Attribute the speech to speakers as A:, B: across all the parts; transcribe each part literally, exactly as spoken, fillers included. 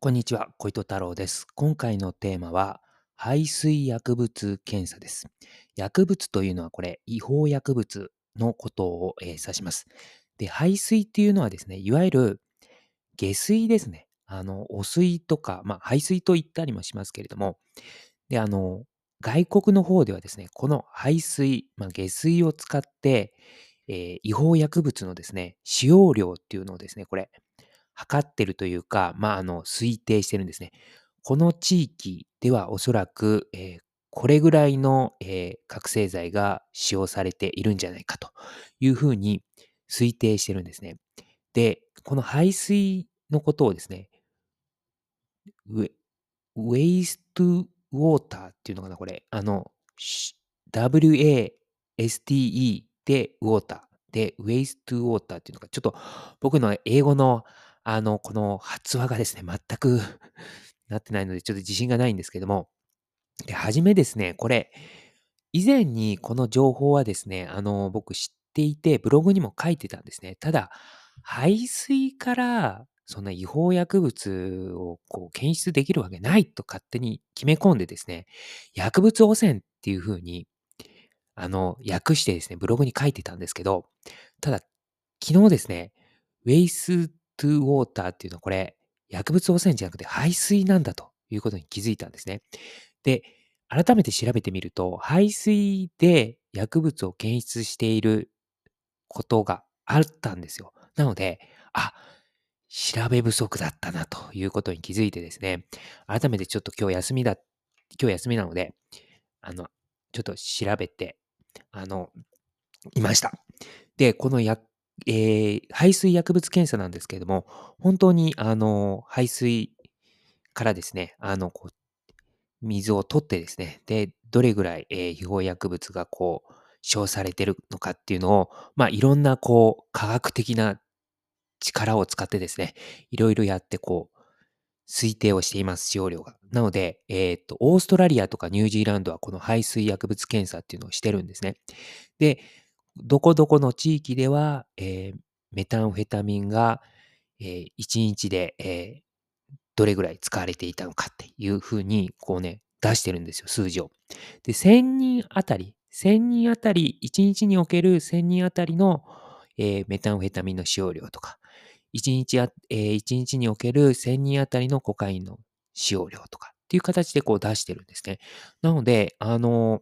A: こんにちは、小糸太郎です。今回のテーマは、排水薬物検査です。薬物というのはこれ、違法薬物のことを、えー指します。で、排水っていうのはですね、いわゆる下水ですね。あの、汚水とか、まあ、排水と言ったりもしますけれども、で、あの、外国の方ではですね、この排水、まあ、下水を使って、えー違法薬物のですね、使用量っていうのをですね、これ、測ってるというか、まあ、あの、推定してるんですね。この地域ではおそらく、えーこれぐらいの、えー覚醒剤が使用されているんじゃないかというふうに推定してるんですね。で、この排水のことをですね、ウェウェイストウォーターっていうのかな、これ。あの、し ダブリューエーエスティーイー でウォーターで、ウェイストウォーターっていうのが、ちょっと僕の英語の、あの、この発話がですね、全くなってないので、ちょっと自信がないんですけども、で、初めですね、これ、以前にこの情報はですね、あの、僕知っていて、ブログにも書いてたんですね。ただ、排水からそんな違法薬物をこう検出できるわけないと勝手に決め込んでですね、薬物汚染っていう風に、あの、訳してですね、ブログに書いてたんですけど、ただ、昨日ですね、Waste to Water っていうのはこれ、薬物汚染じゃなくて排水なんだということに気づいたんですね。で、改めて調べてみると、排水で薬物を検出していることがあったんですよ。なので、あ、調べ不足だったなということに気づいてですね、改めてちょっと今日休みだ今日休みなので、あの、ちょっと調べて、あの、いました。で、このやえー排水薬物検査なんですけれども、本当にあの、排水からですね、あの、こう水を取ってですね、で、どれぐらい、えー違法薬物がこう、使用されてるのかっていうのを、まあ、いろんなこう、科学的な力を使ってですね、いろいろやってこう、推定をしています、使用量が。なので、えっと、オーストラリアとかニュージーランドはこの排水薬物検査っていうのをしてるんですね。で、どこどこの地域では、えーメタンフェタミンが、えーいちにちで、えーどれぐらい使われていたのかっていうふうに、こうね、出してるんですよ、数字を。で、せんにんあたり、せんにんあたり、いちにちにおけるせんにんあたりの、えーメタンフェタミンの使用量とか、いちにちあえーいちにちにおけるせんにんあたりのコカインの使用量とかっていう形でこう出してるんですね。なので、あの、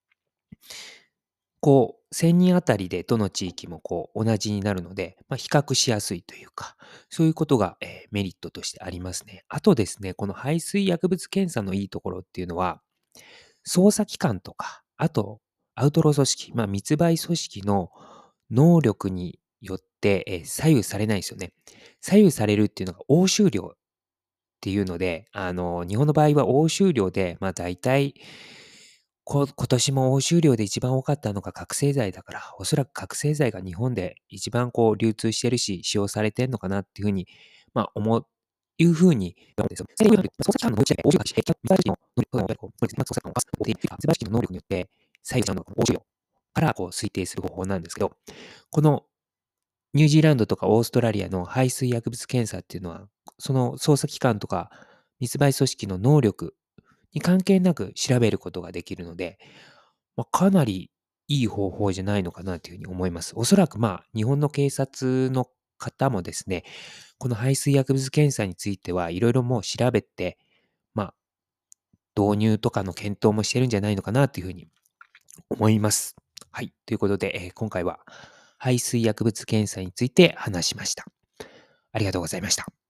A: こう、せんにんあたりでどの地域もこう同じになるので、まあ、比較しやすいというか、そういうことが、えーメリットとしてありますね。あとですね、この排水薬物検査のいいところっていうのは、捜査機関とか、あとアウトロー組織、まあ、密売組織の能力によって、えー左右されないですよね。左右されるっていうのが押収量っていうので、あの、日本の場合は押収量で、まあ、大体こ今年も押収量で一番多かったのが覚醒剤だから、おそらく覚醒剤が日本で一番こう流通してるし、使用されてんのかなっていうふうに、まあ、思ういうふうに思うんですよ。それによる捜査機関の能力違い、押収が密売組織の能力、そうこうそうですねまず捜査機関を犯すで、密売組織の能力によって左右しちゃうのがこの押収量からこう推定する方法なんですけど、このニュージーランドとかオーストラリアの排水薬物検査っていうのは、その捜査機関とか密売組織の能力に関係なく調べることができるので、まあ、かなりいい方法じゃないのかなというふうに思います。おそらく、まあ、日本の警察の方もですね、この排水薬物検査についてはいろいろもう調べて、まあ、導入とかの検討もしてるんじゃないのかなというふうに思います。はい。ということで、えー今回は排水薬物検査について話しました。ありがとうございました。